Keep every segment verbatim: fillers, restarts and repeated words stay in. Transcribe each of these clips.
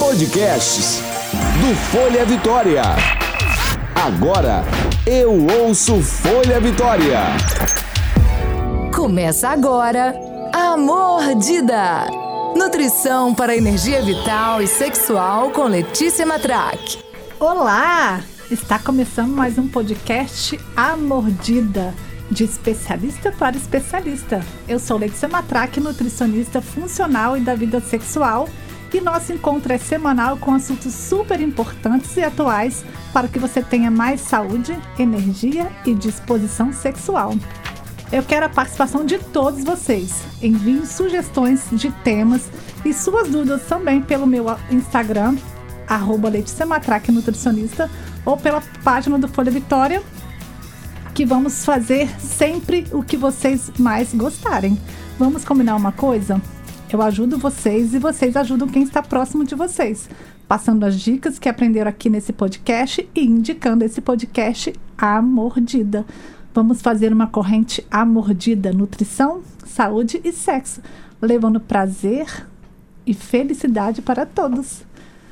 Podcasts do Folha Vitória. Agora eu ouço Folha Vitória. Começa agora a Mordida. Nutrição para energia vital e sexual com Letícia Matrac. Olá! Está começando mais um podcast A Mordida, de especialista para especialista. Eu sou Letícia Matrac, nutricionista funcional e da vida sexual, e nosso encontro é semanal com assuntos super importantes e atuais para que você tenha mais saúde, energia e disposição sexual. Eu quero a participação de todos vocês. Enviem sugestões de temas e suas dúvidas também pelo meu Instagram, arroba Letícia Matrac Nutricionista, ou pela página do Folha Vitória, que vamos fazer sempre o que vocês mais gostarem. Vamos combinar uma coisa? Eu ajudo vocês e vocês ajudam quem está próximo de vocês, passando as dicas que aprenderam aqui nesse podcast e indicando esse podcast à mordida. Vamos fazer uma corrente à mordida: nutrição, saúde e sexo, levando prazer e felicidade para todos.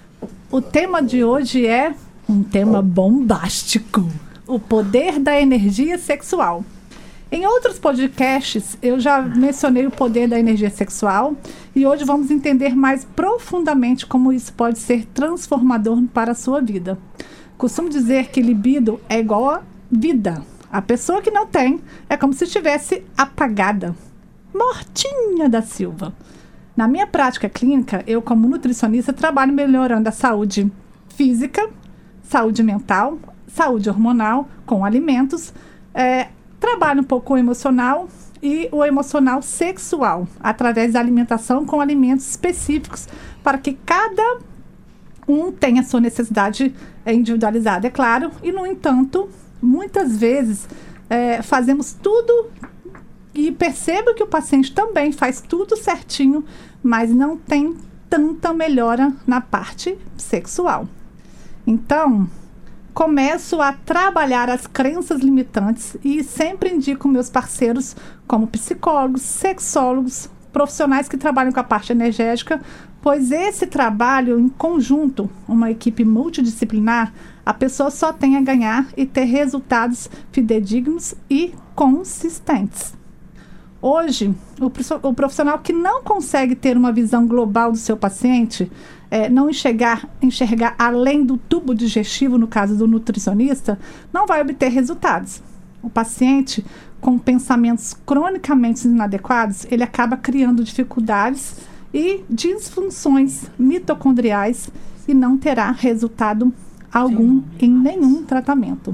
O tema de hoje é um tema bombástico: o poder da energia sexual. Em outros podcasts, eu já mencionei o poder da energia sexual e hoje vamos entender mais profundamente como isso pode ser transformador para a sua vida. Costumo dizer que libido é igual a vida. A pessoa que não tem é como se estivesse apagada, mortinha da Silva. Na minha prática clínica, eu como nutricionista trabalho melhorando a saúde física, saúde mental, saúde hormonal com alimentos, é, trabalho um pouco o emocional e o emocional sexual, através da alimentação com alimentos específicos, para que cada um tenha a sua necessidade individualizada, é claro, e, no entanto, muitas vezes é, fazemos tudo e percebo que o paciente também faz tudo certinho, mas não tem tanta melhora na parte sexual. Então, começo a trabalhar as crenças limitantes e sempre indico meus parceiros como psicólogos, sexólogos, profissionais que trabalham com a parte energética, pois esse trabalho em conjunto, uma equipe multidisciplinar, a pessoa só tem a ganhar e ter resultados fidedignos e consistentes. Hoje, o profissional que não consegue ter uma visão global do seu paciente, é, não enxergar, enxergar além do tubo digestivo, no caso do nutricionista, não vai obter resultados. O paciente com pensamentos cronicamente inadequados, ele acaba criando dificuldades e disfunções mitocondriais e não terá resultado algum em nenhum tratamento.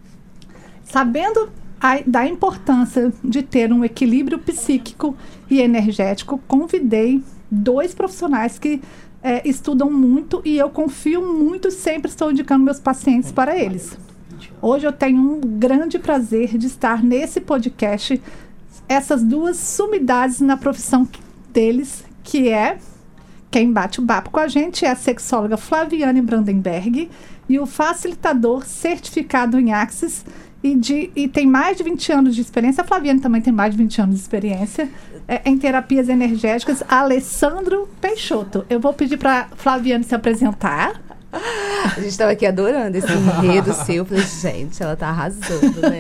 Sabendo a, da importância de ter um equilíbrio psíquico e energético, convidei dois profissionais que é, estudam muito e eu confio muito, sempre estou indicando meus pacientes para eles. Hoje eu tenho um grande prazer de estar nesse podcast, essas duas sumidades na profissão deles, que é quem bate o papo com a gente é a sexóloga Flaviane Brandenberg e o facilitador certificado em Axis e, de, e tem mais de vinte anos de experiência. A Flaviane também tem mais de vinte anos de experiência é, em terapias energéticas. Alessandro Peixoto. Eu vou pedir para Flaviane se apresentar. A gente estava aqui adorando esse enredo seu. Eu falei, gente, ela tá arrasando, né?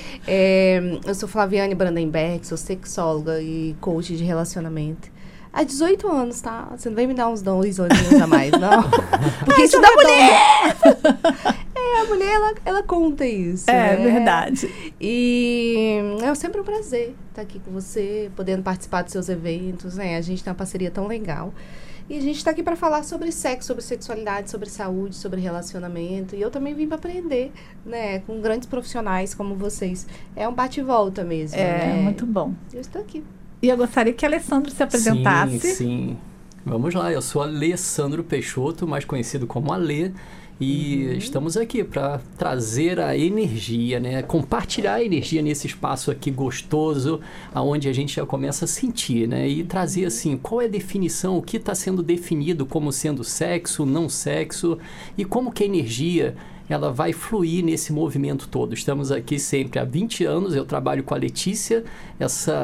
É, eu sou Flaviane Brandenberg, sou sexóloga e coach de relacionamento. Há dezoito anos, tá? Você não vem me dar uns dois olhinhos a mais, não? Porque isso da mulher! É, a mulher, ela, ela conta isso. É, né? Verdade. E é sempre um prazer estar aqui com você, podendo participar dos seus eventos, né? A gente tem uma parceria tão legal. E a gente está aqui para falar sobre sexo, sobre sexualidade, sobre saúde, sobre relacionamento. E eu também vim para aprender, né? Com grandes profissionais como vocês. É um bate-volta mesmo, É, né? muito bom. Eu estou aqui. E eu gostaria que Alessandro se apresentasse. Sim, sim. Vamos lá, eu sou Alessandro Peixoto, mais conhecido como Alê, e uhum. estamos aqui para trazer a energia, né? Compartilhar a energia nesse espaço aqui gostoso, aonde a gente já começa a sentir, né? E trazer assim, qual é a definição, o que está sendo definido como sendo sexo, não sexo, e como que a energia ela vai fluir nesse movimento todo. Estamos aqui sempre há vinte anos, eu trabalho com a Letícia, essa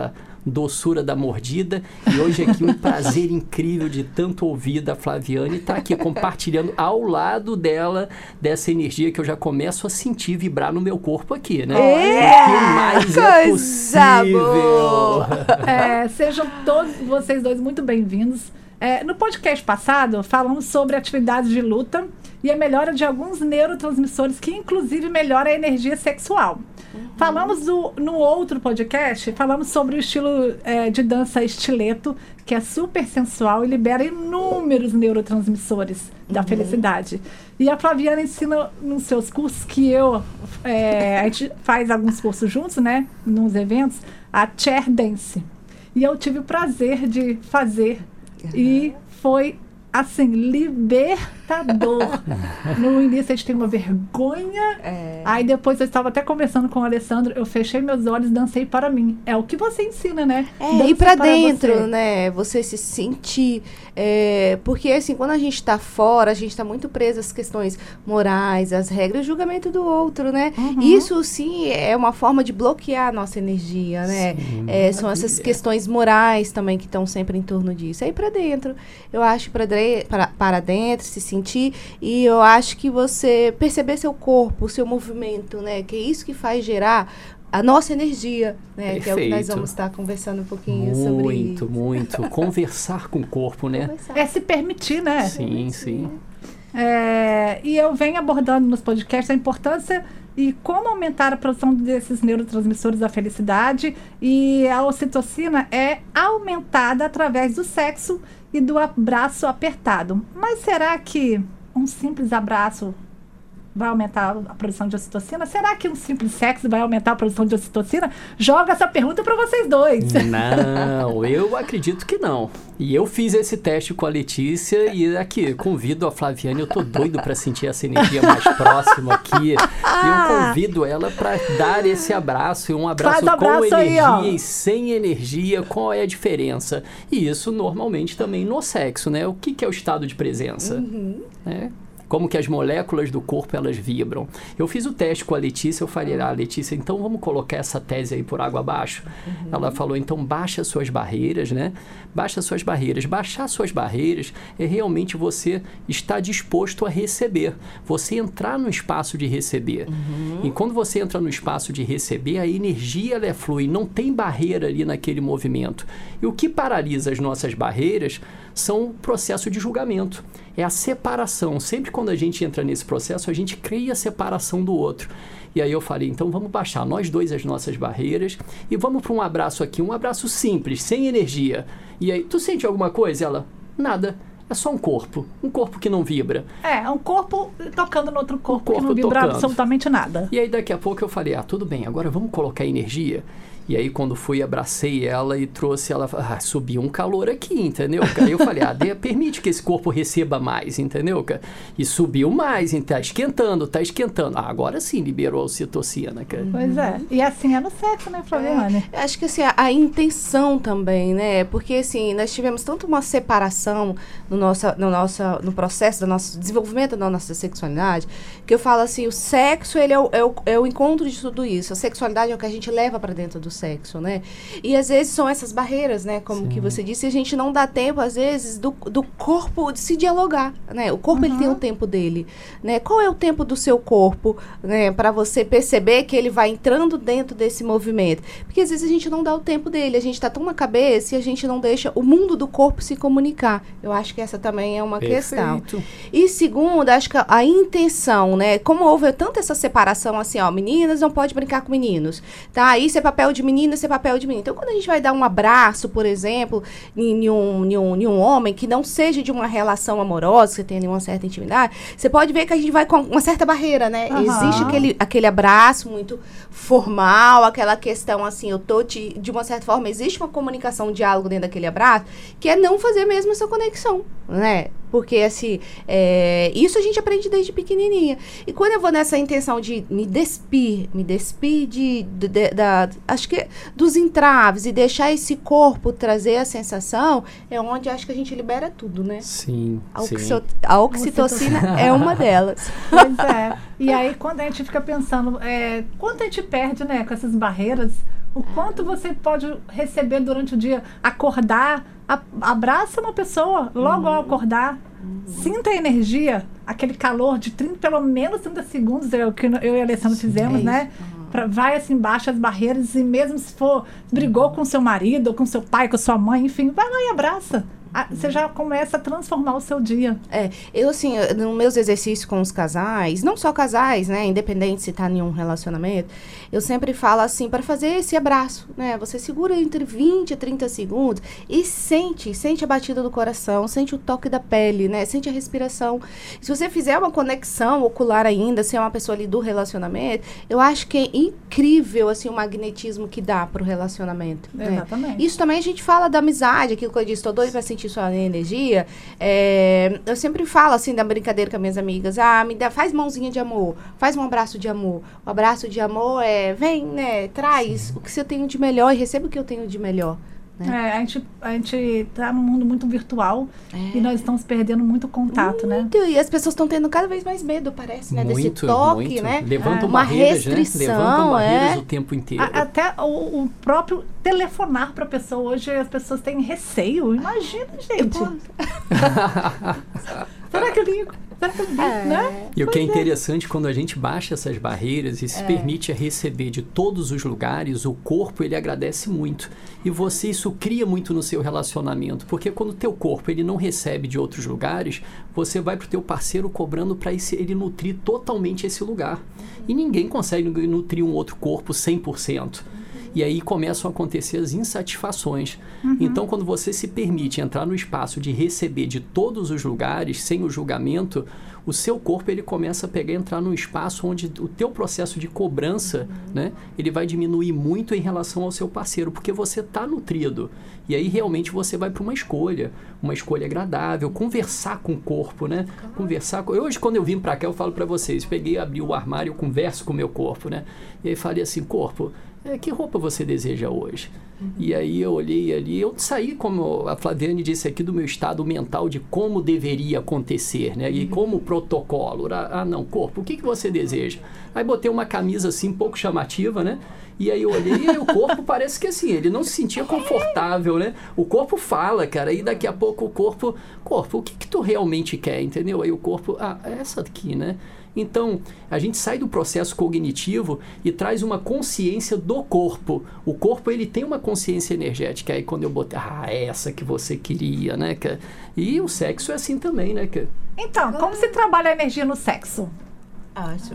doçura da mordida. E hoje aqui um prazer incrível de tanto ouvir da Flaviane, estar aqui compartilhando ao lado dela dessa energia que eu já começo a sentir vibrar no meu corpo aqui, né? É, o que mais é possível? É, sejam todos vocês dois muito bem-vindos. É, no podcast passado, falamos sobre atividades de luta e a melhora de alguns neurotransmissores que, inclusive, melhora a energia sexual. Uhum. Falamos do, no outro podcast, falamos sobre o estilo é, de dança estileto, que é super sensual e libera inúmeros neurotransmissores da uhum. felicidade. E a Flaviana ensina nos seus cursos, que eu, é, a gente faz alguns cursos juntos, né, nos eventos, a chair dance. E eu tive o prazer de fazer. E foi, assim, libertador. No início a gente tem uma vergonha. É. Aí depois eu estava até conversando com o Alessandro, eu fechei meus olhos e dancei para mim. É o que você ensina, né? É, ir pra dentro, você. né? Você se sentir. É, porque, assim, quando a gente tá fora, a gente tá muito preso às questões morais, às regras, o julgamento do outro, né? Uhum. Isso, sim, é uma forma de bloquear a nossa energia, né? Sim, é, são essas questões morais também que estão sempre em torno disso. É ir pra dentro. Eu acho pra de, para, para dentro, se sentir, e eu acho que você perceber seu corpo, seu movimento, né? Que é isso que faz gerar a nossa energia, né? Perfeito. Que é o que nós vamos estar conversando um pouquinho muito, sobre isso. Muito, muito. Conversar com o corpo, né? Conversar. É se permitir, né? Sim, sim. É, e eu venho abordando nos podcasts a importância e como aumentar a produção desses neurotransmissores da felicidade. E a ocitocina é aumentada através do sexo e do abraço apertado. Mas será que um simples abraço vai aumentar a produção de ocitocina? Será que um simples sexo vai aumentar a produção de ocitocina? Joga essa pergunta para vocês dois. Não, eu acredito que não. E eu fiz esse teste com a Letícia e aqui, convido a Flaviane, eu tô doido para sentir essa energia mais próxima aqui. Eu convido ela para dar esse abraço, e um abraço, abraço com energia aí, e sem energia, qual é a diferença? E isso normalmente também no sexo, né? O que, que é o estado de presença? Uhum. É. Como que as moléculas do corpo, elas vibram. Eu fiz o teste com a Letícia, eu falei, ah, Letícia, então vamos colocar essa tese aí por água abaixo. Uhum. Ela falou, então baixa suas barreiras, né? Baixa suas barreiras. Baixar suas barreiras é realmente você estar disposto a receber. Você entrar no espaço de receber. Uhum. E quando você entra no espaço de receber, a energia, ela flui, não tem barreira ali naquele movimento. E o que paralisa as nossas barreiras são o processo de julgamento. É a separação. Sempre quando a gente entra nesse processo, a gente cria a separação do outro. E aí eu falei, então vamos baixar nós dois as nossas barreiras e vamos para um abraço aqui, um abraço simples, sem energia. E aí, tu sente alguma coisa? Ela, nada. É só um corpo. Um corpo que não vibra. É, um corpo tocando no outro corpo, um corpo que não vibra tocando. absolutamente nada. E aí daqui a pouco eu falei, ah, tudo bem, agora vamos colocar energia. E aí, quando fui, abracei ela e trouxe ela, ah, subiu um calor aqui, entendeu, cara? Aí eu falei, ah, de, permite que esse corpo receba mais, entendeu, cara? E subiu mais, tá esquentando, tá esquentando. Ah, agora sim liberou a ocitocina, cara. Pois é. E assim é no sexo, né, Flaviane? É, acho que assim, a, a intenção também, né? Porque assim, nós tivemos tanto uma separação no nosso, no nosso no processo do nosso desenvolvimento da nossa sexualidade, que eu falo assim, o sexo, ele é o, é o, é o encontro de tudo isso. A sexualidade é o que a gente leva para dentro do sexo, né? E às vezes são essas barreiras, né? Como Sim. que você disse, a gente não dá tempo, às vezes, do, do corpo de se dialogar, né? O corpo, uhum. ele tem o tempo dele, né? Qual é o tempo do seu corpo, né? Para você perceber que ele vai entrando dentro desse movimento. Porque às vezes a gente não dá o tempo dele, a gente tá tão na cabeça e a gente não deixa o mundo do corpo se comunicar. Eu acho que essa também é uma Perfeito. questão. E segundo, acho que a, a intenção, né? Como houve tanta essa separação assim, ó, meninas não pode brincar com meninos, tá? Isso é papel de menina, esse é papel de menino. Então, quando a gente vai dar um abraço, por exemplo, em, em, um, em, um, em um homem que não seja de uma relação amorosa, que você tenha uma certa intimidade, você pode ver que a gente vai com uma certa barreira, né? Uhum. Existe aquele, aquele abraço muito formal, aquela questão assim, eu tô te... De uma certa forma, existe uma comunicação, um diálogo dentro daquele abraço, que é não fazer mesmo essa conexão, né? Porque, assim, é, isso a gente aprende desde pequenininha. E quando eu vou nessa intenção de me despir, me despir de, de, de, da, acho que dos entraves e deixar esse corpo trazer a sensação, é onde acho que a gente libera tudo, né? Sim, a, oxi- sim. a oxitocina é uma delas. Pois é. E aí, quando a gente fica pensando, é, quanto a gente perde, né, com essas barreiras, O quanto você pode receber durante o dia, acordar, a, abraça uma pessoa logo ao acordar, sinta a energia, aquele calor de trinta, pelo menos trinta segundos, é o que eu e a Alessandra fizemos, é né? Pra, vai assim, baixa as barreiras, e mesmo se for, brigou com seu marido, ou com seu pai, com sua mãe, enfim, vai lá e abraça. Ah, você já começa a transformar o seu dia. É, eu assim, nos meus exercícios com os casais, não só casais, né, independente se tá em um relacionamento, eu sempre falo assim, para fazer esse abraço, né, você segura entre vinte e trinta segundos e sente, sente a batida do coração, sente o toque da pele, né, sente a respiração. Se você fizer uma conexão ocular ainda, se é uma pessoa ali do relacionamento, eu acho que é incrível, assim, o magnetismo que dá pro relacionamento. Né? Exatamente. Isso também a gente fala da amizade, aquilo que eu disse, tô doido pra sentir sua energia. É, eu sempre falo assim da brincadeira com as minhas amigas, ah, me dá, faz mãozinha de amor, faz um abraço de amor. O abraço de amor é, vem, né, traz Sim. o que você tem de melhor e receba o que eu tenho de melhor. Né? É, a gente, a gente tá num mundo muito virtual é. e nós estamos perdendo muito contato, muito, né? E as pessoas estão tendo cada vez mais medo, parece, né? Muito, desse toque, muito. né? Levantam é. Uma barreiras, restrição, né? Levantam barreiras é. o tempo inteiro. A, até o, o próprio telefonar para a pessoa, hoje as pessoas têm receio. Imagina, gente. Será que eu ligo? Será que eu ligo, é. né? E o que é Pois interessante, quando a gente baixa essas barreiras e se É. permite receber de todos os lugares, o corpo, ele agradece muito. E você, isso cria muito no seu relacionamento. Porque quando o teu corpo, ele não recebe de outros lugares, você vai pro teu parceiro cobrando para ele nutrir totalmente esse lugar. E ninguém consegue nutrir um outro corpo cem por cento. E aí começam a acontecer as insatisfações. Uhum. Então, quando você se permite entrar no espaço de receber de todos os lugares, sem o julgamento, o seu corpo, ele começa a pegar e entrar num espaço onde o teu processo de cobrança, uhum. né, ele vai diminuir muito em relação ao seu parceiro, porque você está nutrido. E aí, realmente, você vai para uma escolha, uma escolha agradável, conversar com o corpo, né? Claro. Conversar com... Hoje, quando eu vim para cá, eu falo para vocês, peguei, abri o armário, eu converso com o meu corpo, né? E aí falei assim, corpo, é, que roupa você deseja hoje? Uhum. E aí eu olhei ali, eu saí, como a Flaviane disse aqui, do meu estado mental de como deveria acontecer, né? E uhum. como protocolo. Ah, não, corpo, o que, que você deseja? Aí botei uma camisa assim, um pouco chamativa, né? E aí eu olhei e aí o corpo parece que assim, ele não se sentia confortável, né? O corpo fala, cara, e daqui a pouco o corpo... Corpo, o que, que tu realmente quer, entendeu? Aí o corpo, ah, é essa aqui, né? Então, a gente sai do processo cognitivo e traz uma consciência do corpo. O corpo, ele tem uma consciência energética. Aí quando eu botei, ah, é essa que você queria, né? E o sexo é assim também, né? Então, como se trabalha a energia no sexo? Acho.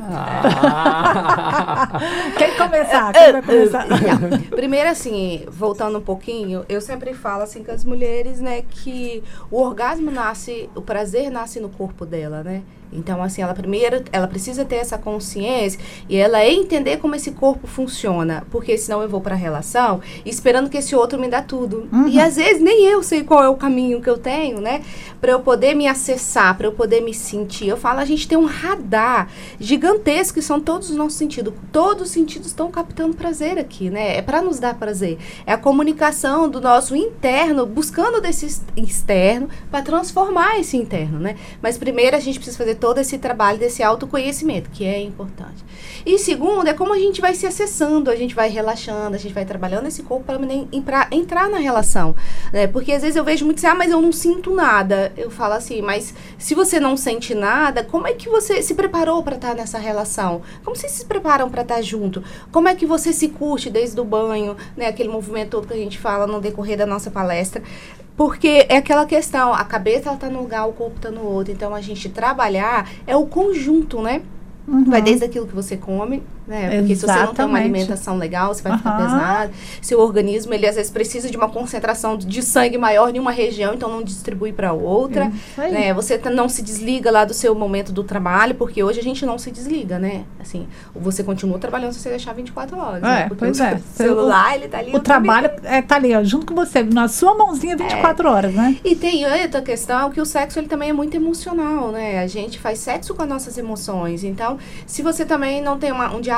Ah. Quem começar? Quem vai começar? Primeiro, assim, voltando um pouquinho, eu sempre falo assim com as mulheres, né, que o orgasmo nasce, o prazer nasce no corpo dela, né? Então, assim, ela primeiro, ela precisa ter essa consciência e ela entender como esse corpo funciona, porque senão eu vou pra relação esperando que esse outro me dá tudo. Uhum. E às vezes nem eu sei qual é o caminho que eu tenho, né? Pra eu poder me acessar, pra eu poder me sentir. Eu falo, a gente tem um radar gigantesco que são todos os nossos sentidos. Todos os sentidos estão captando prazer aqui, né? É pra nos dar prazer. É a comunicação do nosso interno, buscando desse externo pra transformar esse interno, né? Mas primeiro a gente precisa fazer todo esse trabalho desse autoconhecimento, que é importante. E segundo, é como a gente vai se acessando, a gente vai relaxando, a gente vai trabalhando esse corpo para entrar na relação. Né? Porque às vezes eu vejo muito assim, ah, mas eu não sinto nada. Eu falo assim, mas se você não sente nada, como é que você se preparou para estar nessa relação? Como vocês se preparam para estar junto? Como é que você se curte desde o banho, né? Aquele movimento todo que a gente fala no decorrer da nossa palestra. Porque é aquela questão, a cabeça ela tá num lugar, o corpo tá no outro. Então, a gente trabalhar é o conjunto, né? Uhum. Vai desde aquilo que você come, né? Porque Exatamente. Se você não tem uma alimentação legal, você vai ficar uhum. pesado. Seu organismo, ele às vezes precisa de uma concentração de sangue maior em uma região, então não distribui para outra. Né? Você não se desliga lá do seu momento do trabalho, porque hoje a gente não se desliga, né? Assim, você continua trabalhando se você deixar vinte e quatro horas. É, né? Porque pois o é. celular, ele tá ali. O trabalho é, tá ali, ó, junto com você, na sua mãozinha vinte e quatro é. horas, né? E tem outra questão, que o sexo, ele também é muito emocional, né? A gente faz sexo com as nossas emoções. Então, se você também não tem uma, um diálogo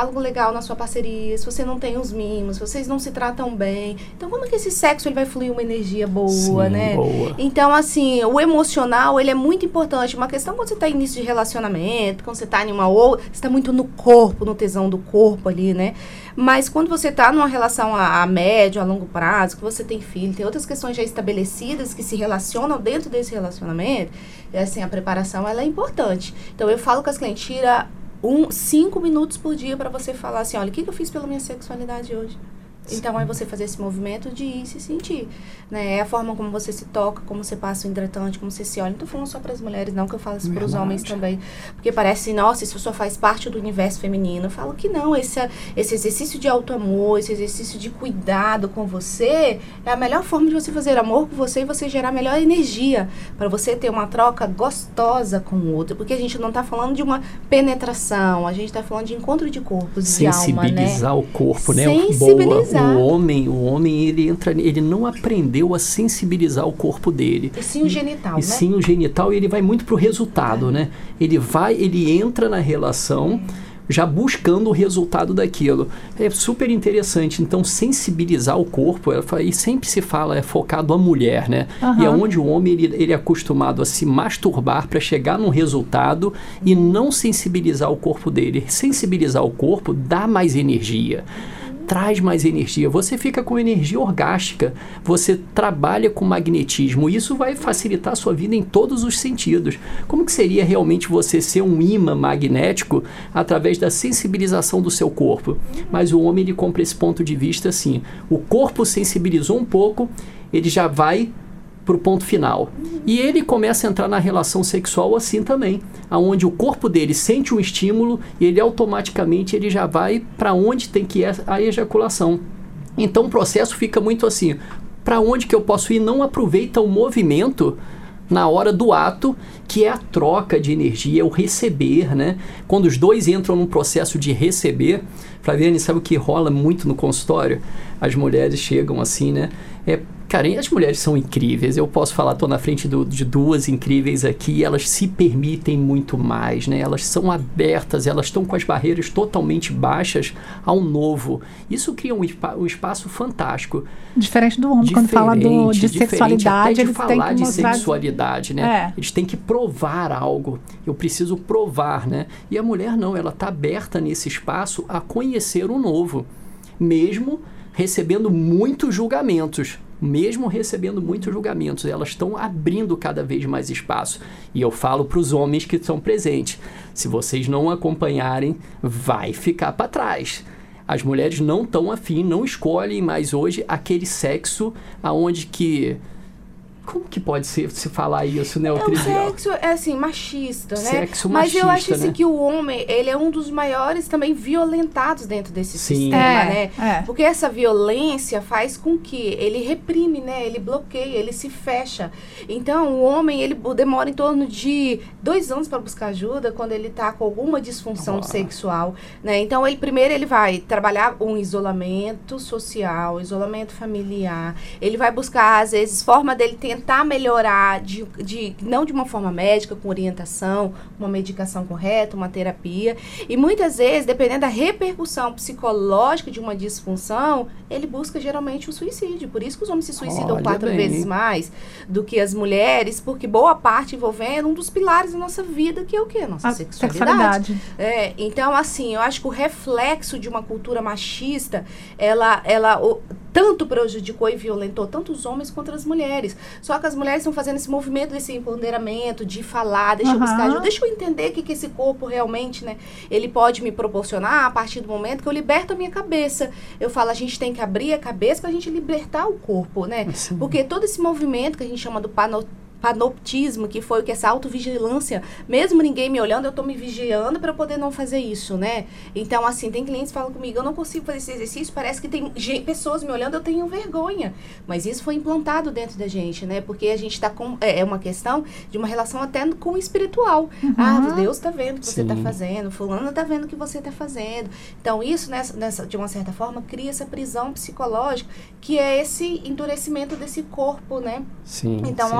diálogo legal na sua parceria, se você não tem os mimos, se vocês não se tratam bem, então como é que esse sexo ele vai fluir uma energia boa, Sim, né? Boa. Então, assim, o emocional, ele é muito importante. Uma questão quando você está em início de relacionamento, quando você está em uma ou você está muito no corpo, no tesão do corpo ali, né? Mas quando você está numa relação a, a médio, a longo prazo, que você tem filho, tem outras questões já estabelecidas que se relacionam dentro desse relacionamento, e assim, a preparação, ela é importante. Então, eu falo com as clientes, tira um, cinco minutos por dia para você falar assim, olha, o que, que eu fiz pela minha sexualidade hoje? Então, é você fazer esse movimento de ir se sentir, né? É a forma como você se toca, como você passa o hidratante, como você se olha. Não tô falando só para as mulheres, não, que eu falo isso para os homens também. Porque parece, nossa, isso só faz parte do universo feminino. Eu falo que não, esse, esse exercício de auto-amor, esse exercício de cuidado com você, é a melhor forma de você fazer amor com você e você gerar melhor energia, para você ter uma troca gostosa com o outro. Porque a gente não tá falando de uma penetração, a gente tá falando de encontro de corpos, de alma, né? Sensibilizar o corpo, né? Sensibilizar. Boa. O homem, o homem, ele entra, ele não aprendeu a sensibilizar o corpo dele. E sim o genital, e né? sim o genital, e ele vai muito pro resultado, é. né? Ele vai, ele entra na relação já buscando o resultado daquilo. É super interessante. Então, sensibilizar o corpo, e sempre se fala, é focado a mulher, né? Uhum. E é onde o homem, ele, ele é acostumado a se masturbar para chegar num resultado e não sensibilizar o corpo dele. Sensibilizar o corpo dá mais energia. Traz mais energia, você fica com energia orgástica, você trabalha com magnetismo, isso vai facilitar a sua vida em todos os sentidos. Como que seria realmente você ser um imã magnético através da sensibilização do seu corpo? Mas o homem, ele compra esse ponto de vista assim, o corpo sensibilizou um pouco, ele já vai para o ponto final. E ele começa a entrar na relação sexual assim também, aonde o corpo dele sente um estímulo e ele automaticamente ele já vai para onde tem que ir a ejaculação. Então o processo fica muito assim, para onde que eu posso ir? Não aproveita o movimento na hora do ato, que é a troca de energia, é o receber, né? Quando os dois entram num processo de receber, Flaviane, sabe o que rola muito no consultório? As mulheres chegam assim, né? É, cara, as mulheres são incríveis, eu posso falar, estou na frente do, de duas incríveis aqui, elas se permitem muito mais, né? Elas são abertas, elas estão com as barreiras totalmente baixas ao novo. Isso cria um, um espaço fantástico. Diferente do homem, diferente, quando fala do, de sexualidade, até de eles falar têm que de mostrar... sexualidade, né? É. Eles têm que provar algo. Eu preciso provar, né? E a mulher não, ela está aberta nesse espaço a conhecer o novo, mesmo recebendo muitos julgamentos. Mesmo recebendo muitos julgamentos, elas estão abrindo cada vez mais espaço. E eu falo para os homens que estão presentes, se vocês não acompanharem, vai ficar para trás. As mulheres não estão afim, não escolhem mais hoje aquele sexo aonde que... Como que pode ser, se falar isso, né? O é um sexo, é assim, machista, né? Sexo Mas machista, eu acho assim né? que o homem, ele é um dos maiores também violentados dentro desse Sim. sistema, é, né? É. Porque essa violência faz com que ele reprime, né? Ele bloqueia, ele se fecha. Então, o homem, ele demora em torno de dois anos para buscar ajuda quando ele tá com alguma disfunção oh. sexual, né? Então, ele primeiro ele vai trabalhar um isolamento social, isolamento familiar. Ele vai buscar, às vezes, forma dele ter tentar melhorar, de, de, não de uma forma médica, com orientação, uma medicação correta, uma terapia. E muitas vezes, dependendo da repercussão psicológica de uma disfunção, ele busca geralmente o suicídio. Por isso que os homens se suicidam Olha quatro bem. vezes mais do que as mulheres, porque boa parte envolvendo um dos pilares da nossa vida, que é o quê? Nossa a sexualidade. sexualidade. É, então, assim, eu acho que o reflexo de uma cultura machista, ela, ela o, tanto prejudicou e violentou tanto os homens quanto as mulheres. Só que as mulheres estão fazendo esse movimento, desse empoderamento, de falar, deixa uhum. eu buscar ajuda, deixa eu entender o que, que esse corpo realmente, né, ele pode me proporcionar a partir do momento que eu liberto a minha cabeça. Eu falo, a gente tem que abrir a cabeça pra gente libertar o corpo, né? Sim. Porque todo esse movimento que a gente chama do pano panoptismo, que foi o que essa autovigilância, mesmo ninguém me olhando, eu tô me vigiando para poder não fazer isso, né? Então, assim, tem clientes que falam comigo, eu não consigo fazer esse exercício, parece que tem pessoas me olhando, eu tenho vergonha. Mas isso foi implantado dentro da gente, né? Porque a gente tá com, é uma questão de uma relação até com o espiritual. Uhum. Ah, Deus tá vendo o que Sim. você tá fazendo, fulano tá vendo o que você tá fazendo. Então, isso, nessa, nessa, de uma certa forma, cria essa prisão psicológica, que é esse endurecimento desse corpo, né? Sim, então, sim. onde todo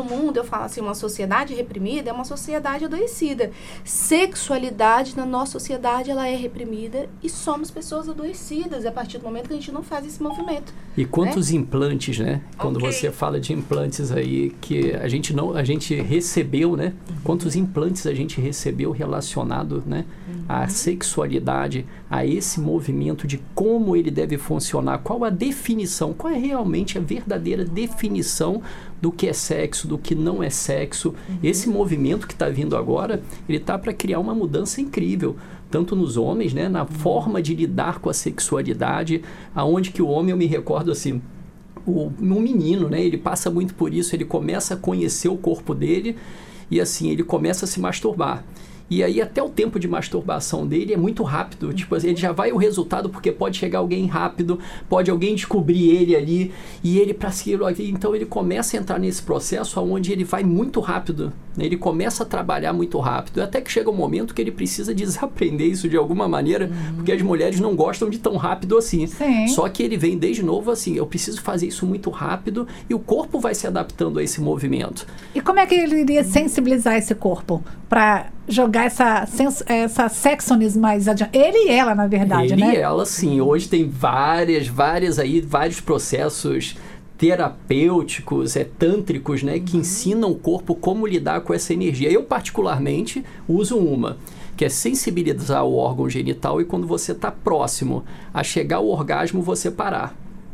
mundo, eu falo assim, uma sociedade reprimida é uma sociedade adoecida. Sexualidade na nossa sociedade, ela é reprimida e somos pessoas adoecidas a partir do momento que a gente não faz esse movimento. E quantos né? implantes, né? Quando okay. você fala de implantes aí, que a gente não, a gente recebeu, né? Uhum. Quantos implantes a gente recebeu relacionado, né? Uhum. à sexualidade, a esse movimento de como ele deve funcionar, qual a definição, qual é realmente a verdadeira definição do que é sexo, do que não é sexo. Uhum. Esse movimento que está vindo agora, ele está para criar uma mudança incrível, tanto nos homens, né, na forma de lidar com a sexualidade, aonde que o homem, eu me recordo assim, o, um menino, né, ele passa muito por isso, ele começa a conhecer o corpo dele e assim, ele começa a se masturbar. E aí até o tempo de masturbação dele é muito rápido, tipo assim, ele já vai o resultado porque pode chegar alguém rápido, pode alguém descobrir ele ali, e ele para seguir, então ele começa a entrar nesse processo onde ele vai muito rápido, né? Ele começa a trabalhar muito rápido, até que chega um momento que ele precisa desaprender isso de alguma maneira, uhum. porque as mulheres não gostam de tão rápido assim. Sim. Só que ele vem desde novo assim, eu preciso fazer isso muito rápido, e o corpo vai se adaptando a esse movimento. E como é que ele iria sensibilizar esse corpo para jogar essa, essa sexonismo mais adiante? Ele e ela, na verdade, Ele né? Ele e ela, sim. Hoje tem várias, várias aí, vários processos terapêuticos, é, tântricos, né? Uhum. Que ensinam o corpo como lidar com essa energia. Eu, particularmente, uso uma, que é sensibilizar o órgão genital e quando você está próximo a chegar ao orgasmo, você parar.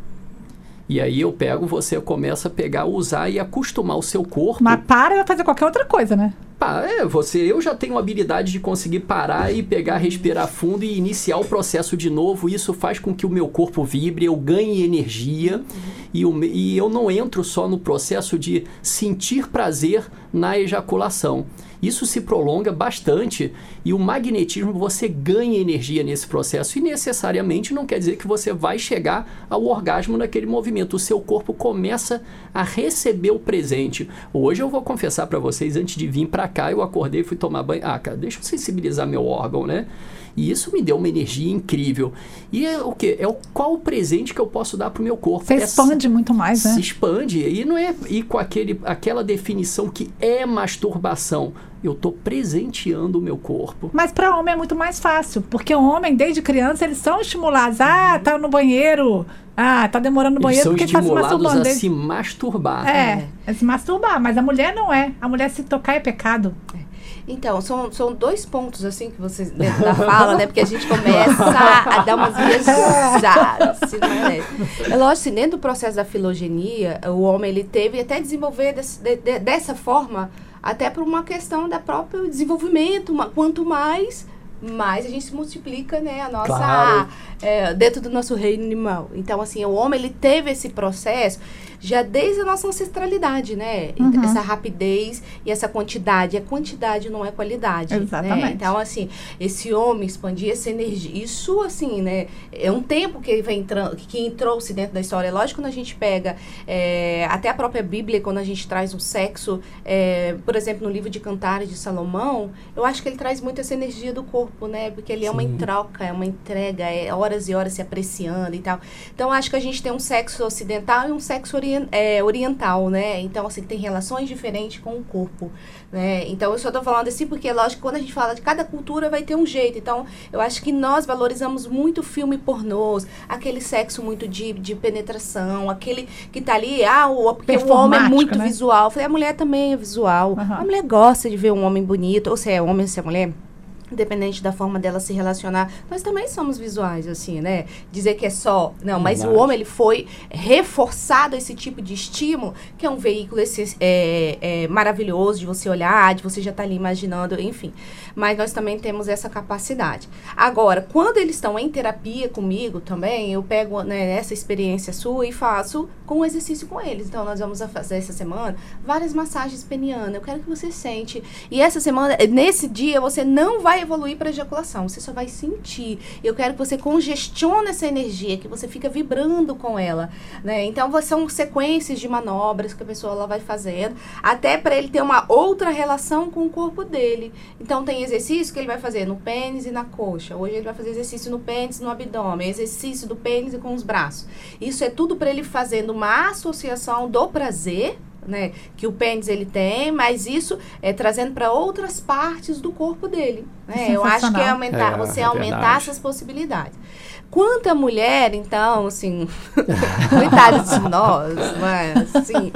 E aí eu pego, você começa a pegar, usar e acostumar o seu corpo. Mas para e vai fazer qualquer outra coisa, né? Pá, é, você, eu já tenho a habilidade de conseguir parar e pegar, respirar fundo e iniciar o processo de novo. Isso faz com que o meu corpo vibre, eu ganhe energia uhum. e, o, e eu não entro só no processo de sentir prazer na ejaculação. Isso se prolonga bastante e o magnetismo, você ganha energia nesse processo e necessariamente não quer dizer que você vai chegar ao orgasmo naquele movimento. O seu corpo começa a receber o presente. Hoje eu vou confessar para vocês, antes de vir para cá, eu acordei e fui tomar banho. Ah, cara, deixa eu sensibilizar meu órgão, né? E isso me deu uma energia incrível. E é o quê? É o, qual o presente que eu posso dar pro meu corpo? Você expande é, muito mais, né? Se expande. E não é ir com aquele, aquela definição que é masturbação. Eu tô presenteando o meu corpo. Mas para homem é muito mais fácil. Porque o homem, desde criança, eles são estimulados. Ah, tá no banheiro. Ah, tá demorando no banheiro porque tá se masturbando. Eles são estimulados a se masturbar. É, é se masturbar. Mas a mulher não é. A mulher se tocar é pecado. É. Então, são, são dois pontos, assim, que vocês, dentro da fala, né? Porque a gente começa a dar umas viajadas, assim, não é? É lógico, assim, dentro do processo da filogenia, o homem, ele teve até desenvolver desse, de, de, dessa forma, até por uma questão da próprio desenvolvimento. Uma, quanto mais, mais a gente se multiplica, né? A nossa... Claro. É, dentro do nosso reino animal. Então, assim, o homem, ele teve esse processo já desde a nossa ancestralidade, né? Uhum. Essa rapidez e essa quantidade. A quantidade não é qualidade. Exatamente. Né? Então, assim, esse homem expandir essa energia. Isso, assim, né? É um tempo que ele vem entrando, que entrou-se dentro da história. É lógico, quando a gente pega é, até a própria Bíblia, quando a gente traz o sexo, é, por exemplo, no livro de Cantares de Salomão, eu acho que ele traz muito essa energia do corpo, né? Porque ele é uma troca, é uma entrega, é horas e horas se apreciando e tal. Então, eu acho que a gente tem um sexo ocidental e um sexo oriental. É, oriental, né? Então, assim, tem relações diferentes com o corpo, né? Então, eu só tô falando assim porque, lógico, quando a gente fala de cada cultura vai ter um jeito. Então, eu acho que nós valorizamos muito filme pornôs, aquele sexo muito de, de penetração, aquele que tá ali, ah, o, porque o homem é muito né? visual. Eu falei, a mulher também é visual. Uhum. A mulher gosta de ver um homem bonito, ou se é homem ou se é mulher, independente da forma dela se relacionar, nós também somos visuais, assim, né? Dizer que é só... Não, mas Verdade. O homem, ele foi reforçado a esse tipo de estímulo, que é um veículo esse, é, é, maravilhoso de você olhar, de você já estar tá ali imaginando, enfim. Mas nós também temos essa capacidade. Agora, quando eles estão em terapia comigo também, eu pego né, essa experiência sua e faço com um exercício com eles. Então, nós vamos fazer essa semana várias massagens penianas. Eu quero que você sente. E essa semana, nesse dia, você não vai evoluir para ejaculação, você só vai sentir. Eu quero que você congestione essa energia, que você fica vibrando com ela, né? Então, são sequências de manobras que a pessoa ela vai fazendo, até para ele ter uma outra relação com o corpo dele. Então, tem exercício que ele vai fazer no pênis e na coxa. Hoje ele vai fazer exercício no pênis e no abdômen, exercício do pênis e com os braços. Isso é tudo para ele fazendo uma associação do prazer né? Que o pênis ele tem, mas isso é trazendo para outras partes do corpo dele, né? Eu acho que é aumentar, É, você é aumentar verdade. essas possibilidades. Quanto à mulher, então, assim, coitados de nós, mas assim,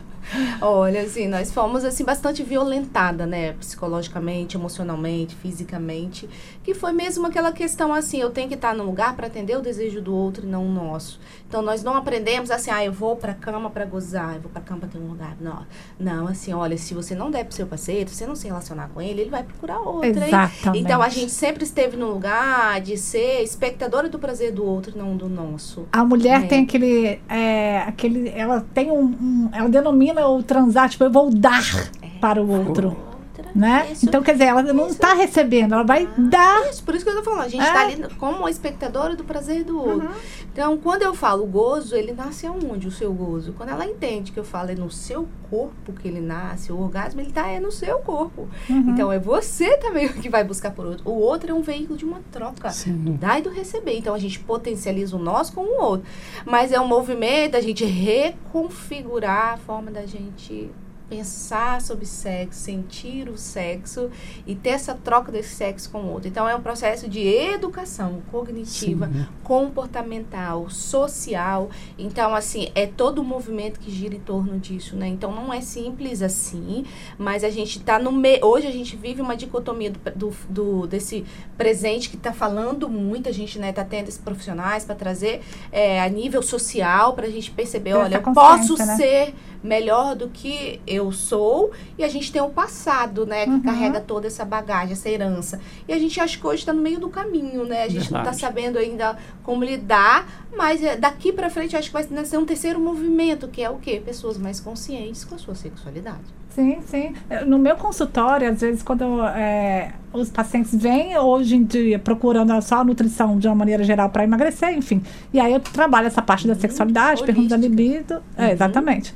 olha, assim, nós fomos, assim, bastante violentada, né, psicologicamente, emocionalmente, fisicamente, que foi mesmo aquela questão, assim, eu tenho que estar num lugar para atender o desejo do outro e não o nosso. Então, nós não aprendemos, assim, ah, eu vou pra cama para gozar, eu vou pra cama para ter um lugar. Não, não, assim, olha, se você não der pro seu parceiro, se você não se relacionar com ele, ele vai procurar outra, hein? Exatamente. Então, a gente sempre esteve no lugar de ser espectadora do prazer do outro, não do nosso. A mulher É. tem aquele, é, aquele. Ela tem um, um. Ela denomina o transar, tipo, eu vou dar para o outro. Outra, Né? isso. Então, quer dizer, ela não Isso. está recebendo, ela vai dar. Isso, por isso que eu tô falando, a gente É. tá ali como uma espectadora do prazer do outro. Então, quando eu falo gozo, ele nasce aonde, o seu gozo? Quando ela entende que eu falo é no seu corpo que ele nasce, o orgasmo, ele tá é no seu corpo. Uhum. Então, é você também que vai buscar por outro. O outro é um veículo de uma troca, Sim. do dar e do receber. Então, a gente potencializa o nós com o outro. Mas é um movimento da gente reconfigurar a forma da gente pensar sobre sexo, sentir o sexo e ter essa troca desse sexo com o outro. Então, é um processo de educação cognitiva, Sim. comportamental, social. Então, assim, é todo o movimento que gira em torno disso, né? Então, não é simples assim, mas a gente tá no meio... Hoje, a gente vive uma dicotomia do, do, do- desse presente que tá falando muito, a gente, né, tá tendo esses profissionais para trazer é, a nível social, pra gente perceber, Ter olha, essa eu posso consciência, né? ser melhor do que eu sou, e a gente tem um passado, né, que Uhum. carrega toda essa bagagem, essa herança. E a gente acha que hoje está no meio do caminho, né? A gente não está Verdade. sabendo ainda como lidar, mas é, daqui para frente acho que vai nascer um terceiro movimento, que é o quê? Pessoas mais conscientes com a sua sexualidade. Sim, sim. No meu consultório, às vezes, quando eu, é, os pacientes vêm hoje em dia procurando só a nutrição de uma maneira geral para emagrecer, enfim. E aí eu trabalho essa parte da Uhum, sexualidade, pergunta da holística. libido. É, Uhum. exatamente.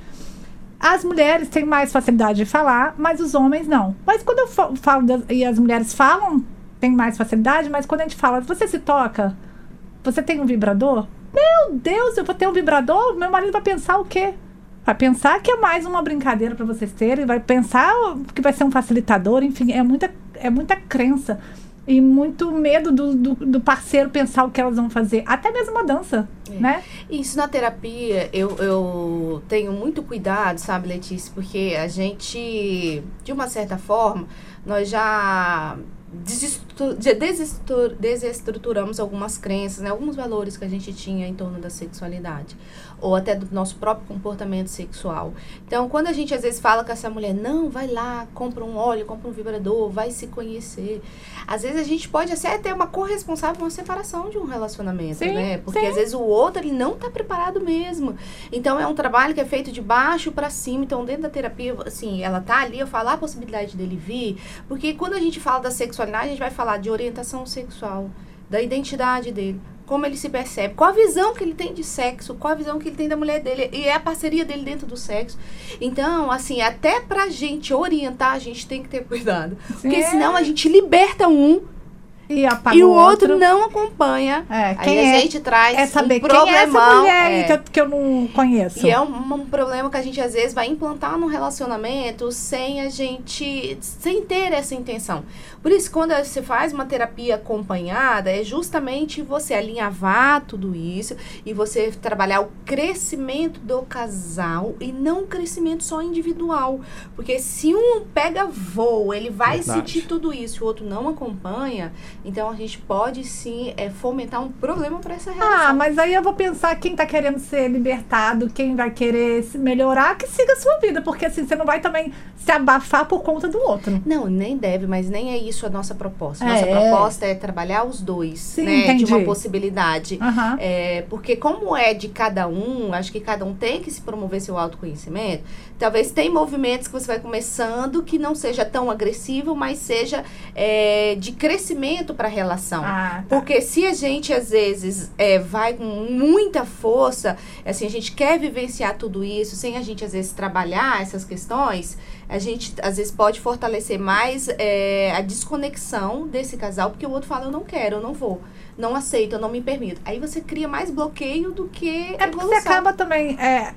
As mulheres têm mais facilidade de falar, mas os homens não. Mas quando eu fa- falo, das, e as mulheres falam, tem mais facilidade, mas quando a gente fala, você se toca? Você tem um vibrador? Meu Deus, eu vou ter um vibrador? Meu marido vai pensar o quê? Vai pensar que é mais uma brincadeira para vocês terem, vai pensar que vai ser um facilitador, enfim, é muita, é muita crença e muito medo do, do, do parceiro pensar o que elas vão fazer. Até mesmo uma dança, É. né? Isso na terapia, eu, eu tenho muito cuidado, sabe, Letícia? Porque a gente, de uma certa forma, nós já desestru- de- desestru- desestruturamos algumas crenças, né? Alguns valores que a gente tinha em torno da sexualidade. Ou até do nosso próprio comportamento sexual. Então, quando a gente às vezes fala com essa mulher, não, vai lá, compra um óleo, compra um vibrador, vai se conhecer. Às vezes a gente pode até ter uma corresponsável, uma separação de um relacionamento, Sim, né? Porque sim. às vezes o outro, ele não tá preparado mesmo. Então, é um trabalho que é feito de baixo para cima. Então, dentro da terapia, assim, ela tá ali, eu falo a possibilidade dele vir. Porque quando a gente fala da sexualidade, a gente vai falar de orientação sexual, da identidade dele, como ele se percebe, qual a visão que ele tem de sexo, qual a visão que ele tem da mulher dele, e é a parceria dele dentro do sexo. Então, assim, até pra gente orientar, a gente tem que ter cuidado. Porque Sim. senão a gente liberta um E, apaga e o outro não acompanha. É, Aí quem a é- gente traz É saber um quem é essa problemão. mulher aí é. que, eu, que eu não conheço. E é um, um problema que a gente às vezes vai implantar no relacionamento sem a gente, sem ter essa intenção. Por isso, quando você faz uma terapia acompanhada, é justamente você alinhavar tudo isso e você trabalhar o crescimento do casal e não o crescimento só individual. Porque se um pega voo, ele vai Verdade. sentir tudo isso e o outro não acompanha, então a gente pode sim é, fomentar um problema para essa relação. Ah, mas aí eu vou pensar quem tá querendo ser libertado, quem vai querer se melhorar, que siga a sua vida, porque assim, você não vai também se abafar por conta do outro. Não, nem deve, mas nem é isso a nossa proposta. É. Nossa proposta é trabalhar os dois, Sim, né? entendi. De uma possibilidade. Aham. É, porque como é de cada um, acho que cada um tem que se promover seu autoconhecimento. Talvez tem movimentos que você vai começando que não seja tão agressivo, mas seja é, de crescimento para a relação. Ah, tá. Porque se a gente, às vezes, é, vai com muita força, assim, a gente quer vivenciar tudo isso, sem a gente, às vezes, trabalhar essas questões, a gente, às vezes, pode fortalecer mais é, a desconexão desse casal, porque o outro fala, eu não quero, eu não vou, não aceito, eu não me permito. Aí você cria mais bloqueio do que É porque você evolução. acaba também é,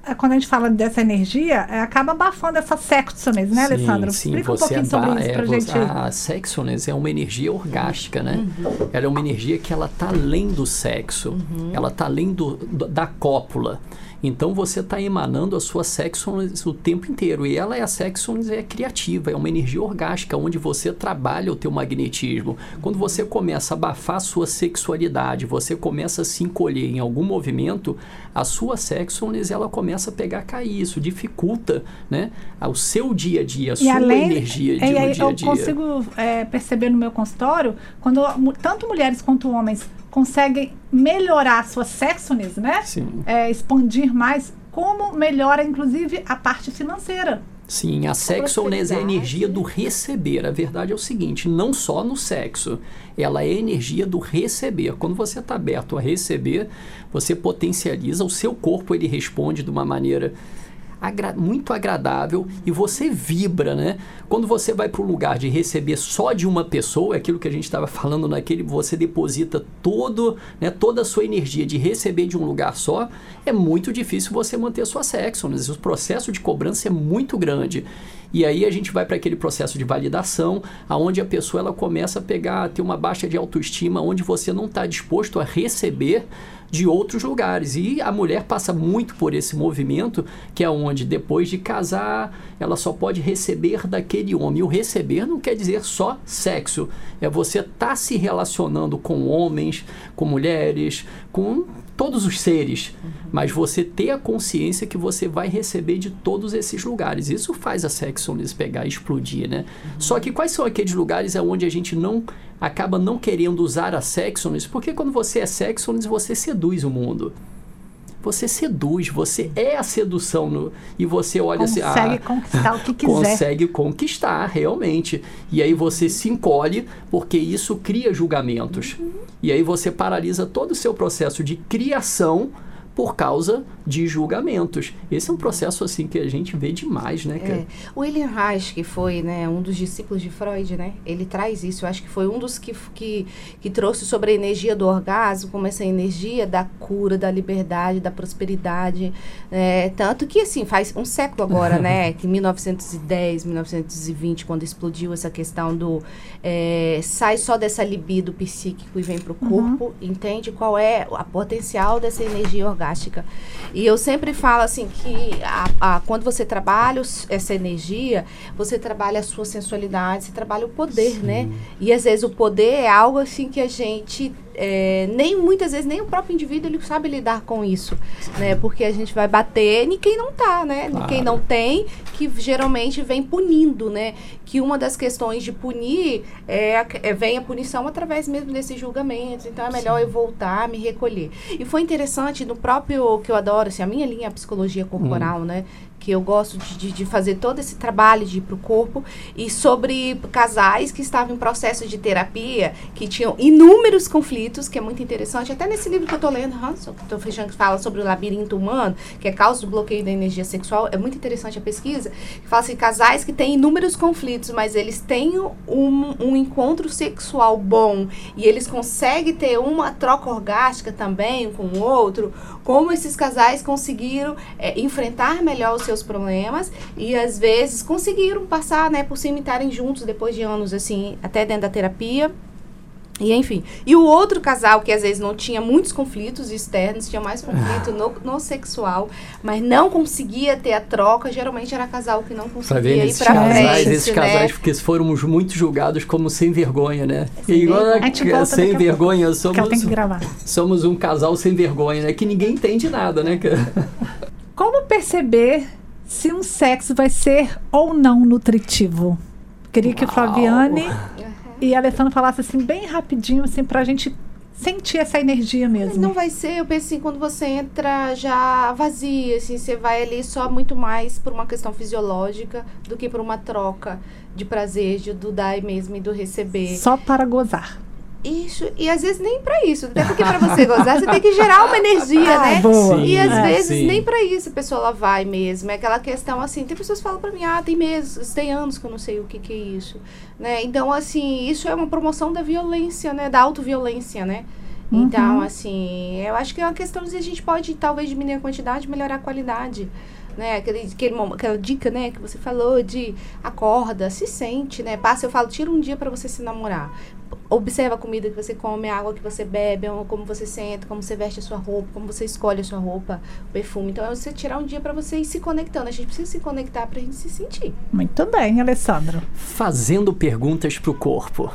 quando a gente fala dessa energia, é, acaba abafando essa sexualness, né, sim, Alessandro? Sim, Explica um você pouquinho sobre aba- isso é, pra você, gente. A sexualness é uma energia orgástica, né? Uhum. Ela é uma energia que ela tá além do sexo, Uhum. ela tá além do, do, da cópula. Então você está emanando a sua sexualness o tempo inteiro. E ela é a sexualness é criativa, é uma energia orgástica, onde você trabalha o teu magnetismo. Quando você começa a abafar a sua sexualidade, você começa a se encolher em algum movimento, a sua sexualness ela começa a pegar a cair. Isso dificulta, né, o seu dia a dia, a sua além, energia de, e no aí dia a eu dia. consigo é, perceber no meu consultório, quando mu- tanto mulheres quanto homens conseguem melhorar a sua sexualness, né? Sim. É, expandir mais, como melhora, inclusive, a parte financeira. Sim, a sexualness é a energia do receber. A verdade é o seguinte, não só no sexo, ela é a energia do receber. Quando você está aberto a receber, você potencializa, o seu corpo ele responde de uma maneira agra- muito agradável e você vibra, né? Quando você vai para o lugar de receber só de uma pessoa, é aquilo que a gente estava falando naquele, você deposita todo, né, toda a sua energia de receber de um lugar só, é muito difícil você manter a sua sexualness. O processo de cobrança é muito grande. E aí a gente vai para aquele processo de validação, aonde a pessoa ela começa a pegar, a ter uma baixa de autoestima, onde você não está disposto a receber de outros lugares. E a mulher passa muito por esse movimento, que é onde depois de casar, ela só pode receber daquele homem. E o receber não quer dizer só sexo. É você estar tá se relacionando com homens, com mulheres, com todos os seres. Uhum. Mas você ter a consciência que você vai receber de todos esses lugares. Isso faz a sexualness pegar e explodir, né? Uhum. Só que quais são aqueles lugares onde a gente não acaba não querendo usar a sexualness? Porque quando você é sexualness, você seduz o mundo. Você seduz, você é a sedução. No, e você olha consegue assim... Consegue ah, conquistar o que quiser. Consegue conquistar, realmente. E aí você se encolhe, porque isso cria julgamentos. Uhum. E aí você paralisa todo o seu processo de criação por causa de julgamentos. Esse é um processo assim que a gente vê demais, né? É. O William Reich, que foi, né, um dos discípulos de Freud, né? Ele traz isso. Eu acho que foi um dos que, que, que trouxe sobre a energia do orgasmo, como essa energia da cura, da liberdade, da prosperidade. É, tanto que, assim, faz um século agora, né? Que em mil novecentos e dez, mil novecentos e vinte, quando explodiu essa questão do... É, sai só dessa libido psíquico e vem para o corpo, uhum. Entende qual é a potencial dessa energia orgástica. E eu sempre falo assim que a, a, quando você trabalha os, essa energia, você trabalha a sua sensualidade, você trabalha o poder, sim. Né? E às vezes o poder é algo assim que a gente... É, nem muitas vezes nem o próprio indivíduo ele sabe lidar com isso, né? Porque a gente vai bater em quem não tá, né? Claro. Quem não tem, que geralmente vem punindo, né? Que uma das questões de punir é, é vem a punição através mesmo desses julgamentos. Então é melhor Sim. eu voltar, me recolher. E foi interessante no próprio que eu adoro, assim, a minha linha é a psicologia corporal, hum. né? Que eu gosto de, de fazer todo esse trabalho de ir para o corpo, e sobre casais que estavam em processo de terapia, que tinham inúmeros conflitos, que é muito interessante, até nesse livro que eu estou lendo, Hans, que estou fechando, que fala sobre o labirinto humano, que é causa do bloqueio da energia sexual, é muito interessante a pesquisa, que fala assim, casais que têm inúmeros conflitos, mas eles têm um, um encontro sexual bom, e eles conseguem ter uma troca orgástica também com o outro, como esses casais conseguiram é, enfrentar melhor os seus problemas e às vezes conseguiram passar, né, por cima e estarem juntos depois de anos, assim, até dentro da terapia. E enfim, e o outro casal que às vezes não tinha muitos conflitos externos, tinha mais conflito no, no sexual, mas não conseguia ter a troca, geralmente era casal que não conseguia ir pra casais, frente, esses né? casais, porque foram muito julgados como sem vergonha, né? Sem e igual vergonha. A, sem vergonha, pouco, somos, que somos um casal sem vergonha, né? Que ninguém entende nada, né? Como perceber se um sexo vai ser ou não nutritivo? Queria que o Flaviane e a Alessandra falassem assim, bem rapidinho, assim, pra gente sentir essa energia mesmo. Não vai ser, eu penso assim, quando você entra já vazia, assim, você vai ali só muito mais por uma questão fisiológica do que por uma troca de prazer, de, do dar mesmo e do receber. Só para gozar. Isso, e às vezes nem pra isso, até porque pra você gozar você tem que gerar uma energia, ah, né? Boa. E às é, vezes sim. nem pra isso a pessoa ela vai mesmo, é aquela questão assim, tem pessoas que falam pra mim, ah, tem meses, tem anos que eu não sei o que que é isso, né? Então assim, isso é uma promoção da violência, né? Da autoviolência, né? Uhum. Então, assim, eu acho que é uma questão de a gente pode, talvez, diminuir a quantidade, melhorar a qualidade. Né? Aquele, aquele, aquela dica, né, que você falou de acorda, se sente, né? Passa, eu falo, tira um dia para você se namorar. Observa a comida que você come, a água que você bebe, como você senta, como você veste a sua roupa, como você escolhe a sua roupa, o perfume. Então, é você tirar um dia para você ir se conectando. A gente precisa se conectar pra gente se sentir. Muito bem, Alessandro. Fazendo perguntas pro corpo.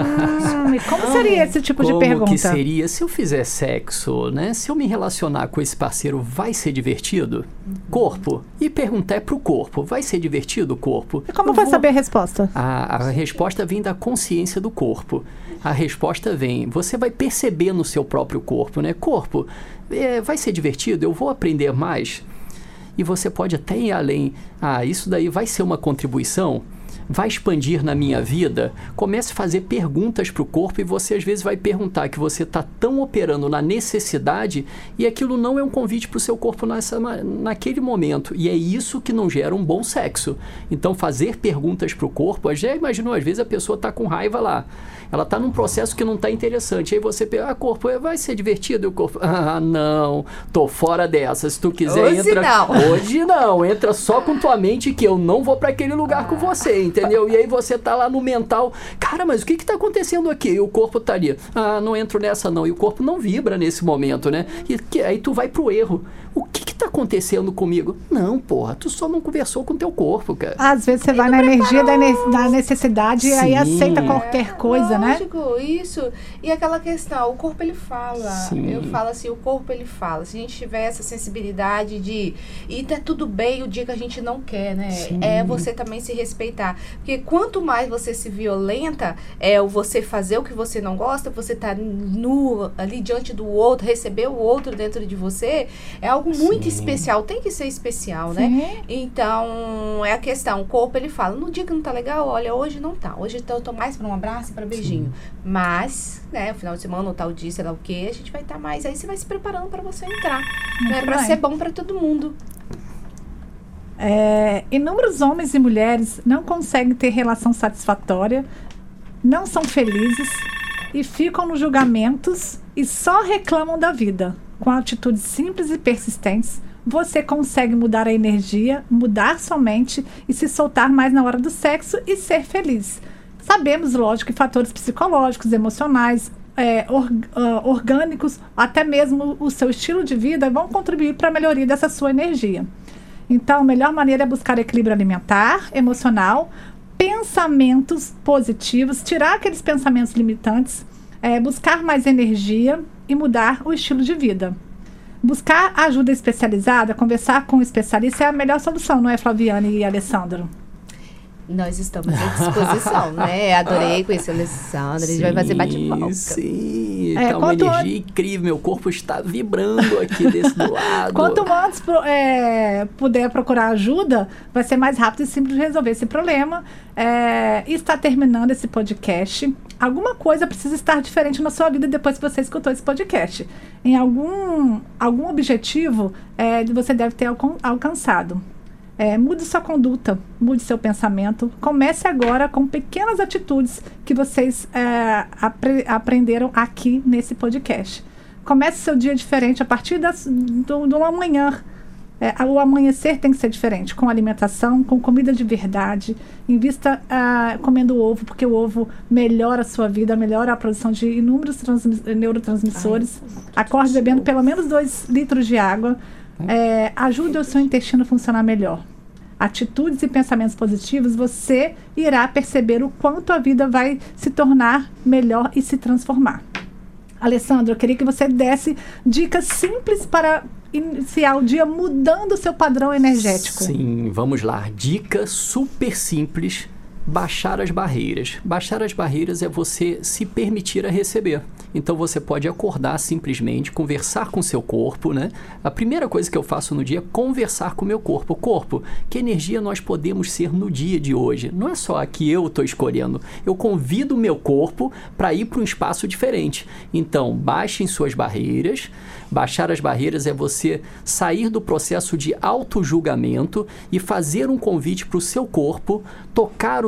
Hum, e como seria esse tipo Como de pergunta? Como que seria se eu fizer sexo, né? Se eu me relacionar com esse parceiro, vai ser divertido? Uhum. Corpo. E perguntar pro corpo, vai ser divertido, corpo? E como eu vai vou... saber a resposta? A, a resposta vem da consciência do corpo. A resposta vem, você vai perceber no seu próprio corpo, né? Corpo, é, vai ser divertido? Eu vou aprender mais? E você pode até ir além. Ah, isso daí vai ser uma contribuição? Vai expandir na minha vida? Comece a fazer perguntas para o corpo e você às vezes vai perguntar que você está tão operando na necessidade e aquilo não é um convite para o seu corpo nessa, naquele momento. E é isso que não gera um bom sexo. Então fazer perguntas para o corpo, já imaginou, às vezes a pessoa está com raiva lá. Ela está num processo que não está interessante. Aí você pensa, ah, corpo, vai ser divertido? E o corpo, ah, não, tô fora dessa. Se tu quiser, Hoje entra... não. Hoje não. Entra só com tua mente que eu não vou para aquele lugar com você, entendeu? E aí você tá lá no mental, cara, mas o que que tá acontecendo aqui? E o corpo tá ali, ah, não entro nessa não. E o corpo não vibra nesse momento, né? E que, aí tu vai pro erro. O que que tá acontecendo comigo? Não, porra, tu só não conversou com o teu corpo, cara. Às vezes você vai na energia da, ne da necessidade Sim. e aí aceita qualquer coisa, é, né? Lógico, isso. E aquela questão, o corpo ele fala. Sim. Eu falo assim, o corpo ele fala. Se a gente tiver essa sensibilidade de... E tá tudo bem o dia que a gente não quer, né? Sim. É você também se respeitar. Porque quanto mais você se violenta, é o você fazer o que você não gosta, você tá nu ali diante do outro, receber o outro dentro de você, é algo muito Sim. especial. Tem que ser especial, Sim. né? Então, é a questão. O corpo, ele fala, no dia que não tá legal, olha, hoje não tá. Hoje eu tô mais pra um abraço e pra beijinho. Sim. Mas, né, o final de semana ou tal dia, sei lá o que, a gente vai estar tá mais. Aí você vai se preparando pra você entrar. Né? Pra ser bom pra todo mundo. É, inúmeros homens e mulheres não conseguem ter relação satisfatória, não são felizes e ficam nos julgamentos e só reclamam da vida. Com atitudes simples e persistentes, você consegue mudar a energia, mudar sua mente e se soltar mais na hora do sexo e ser feliz. Sabemos, lógico, que fatores psicológicos, emocionais, é, or, uh, orgânicos, até mesmo o seu estilo de vida vão contribuir para a melhoria dessa sua energia. Então, a melhor maneira é buscar equilíbrio alimentar, emocional, pensamentos positivos, tirar aqueles pensamentos limitantes, é, buscar mais energia e mudar o estilo de vida. Buscar ajuda especializada, conversar com um especialista é a melhor solução, não é, Flaviane e Alessandro? Nós estamos à disposição, né? Adorei conhecer o Alessandro, a gente sim, vai fazer bate-volta. Sim, é, tá uma energia an... incrível, meu corpo está vibrando aqui desse lado. Quanto antes é, puder procurar ajuda, vai ser mais rápido e simples de resolver esse problema. É, e está terminando esse podcast. Alguma coisa precisa estar diferente na sua vida depois que você escutou esse podcast. Em algum, algum objetivo, é, você deve ter alcan- alcançado. É, mude sua conduta, mude seu pensamento. Comece agora com pequenas atitudes que vocês é, apre- aprenderam aqui nesse podcast. Comece seu dia diferente a partir das, do, do amanhã. É, o amanhecer tem que ser diferente, com alimentação, com comida de verdade. Invista uh, comendo ovo, porque o ovo melhora a sua vida, melhora a produção de inúmeros transmi- neurotransmissores. Ai, acorde bebendo pelo menos dois litros de água. É, ajude o seu intestino a funcionar melhor. Atitudes e pensamentos positivos, você irá perceber o quanto a vida vai se tornar melhor e se transformar. Alessandro, eu queria que você desse dicas simples para iniciar o dia mudando o seu padrão energético. Sim, vamos lá. Dica super simples. Baixar as barreiras. Baixar as barreiras é você se permitir a receber. Então você pode acordar simplesmente, conversar com o seu corpo, né? A primeira coisa que eu faço no dia é conversar com o meu corpo. Corpo, que energia nós podemos ser no dia de hoje? Não é só a que eu estou escolhendo. Eu convido o meu corpo para ir para um espaço diferente. Então, baixem suas barreiras. Baixar as barreiras é você sair do processo de auto-julgamento e fazer um convite para o seu corpo tocar o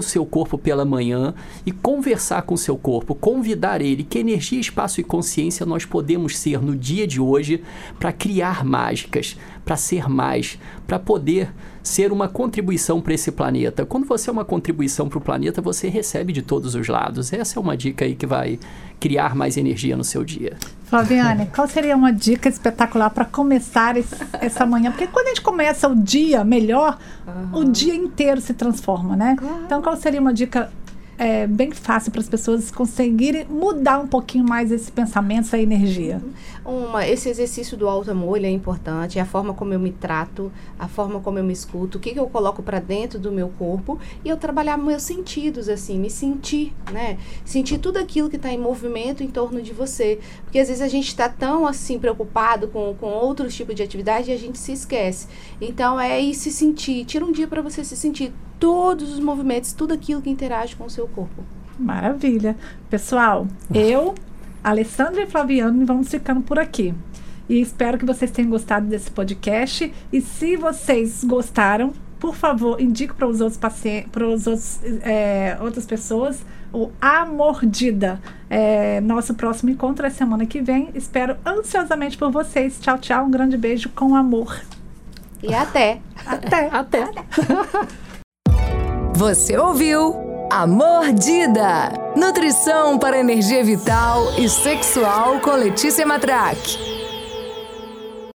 o seu corpo pela manhã e conversar com o seu corpo, convidar ele, que energia, espaço e consciência nós podemos ser no dia de hoje para criar mágicas, para ser mais, para poder ser uma contribuição para esse planeta. Quando você é uma contribuição para o planeta, você recebe de todos os lados. Essa é uma dica aí que vai criar mais energia no seu dia. Flaviane, qual seria uma dica espetacular para começar esse, essa manhã? Porque quando a gente começa o dia melhor, uhum. o dia inteiro se transforma, né? Claro. Então, qual seria uma dica é, bem fácil para as pessoas conseguirem mudar um pouquinho mais esse pensamento, essa energia? Uma, esse exercício do alto amor, ele é importante, é a forma como eu me trato, a forma como eu me escuto, o que, que eu coloco para dentro do meu corpo e eu trabalhar meus sentidos, assim, me sentir, né? Sentir tudo aquilo que está em movimento em torno de você, porque às vezes a gente está tão, assim, preocupado com, com outros tipos de atividade e a gente se esquece. Então, é ir se sentir, tira um dia para você se sentir todos os movimentos, tudo aquilo que interage com o seu corpo. Maravilha. Pessoal, eu... Alessandra e Flaviane vamos ficando por aqui. E espero que vocês tenham gostado desse podcast. E se vocês gostaram, por favor, indique para os outros pacientes, para os outros, é, outras pessoas o A Mordida. É, nosso próximo encontro é semana que vem. Espero ansiosamente por vocês. Tchau, tchau. Um grande beijo com amor. E até. Até. Até. Você ouviu A Mordida. Nutrição para energia vital e sexual com Letícia Matraque.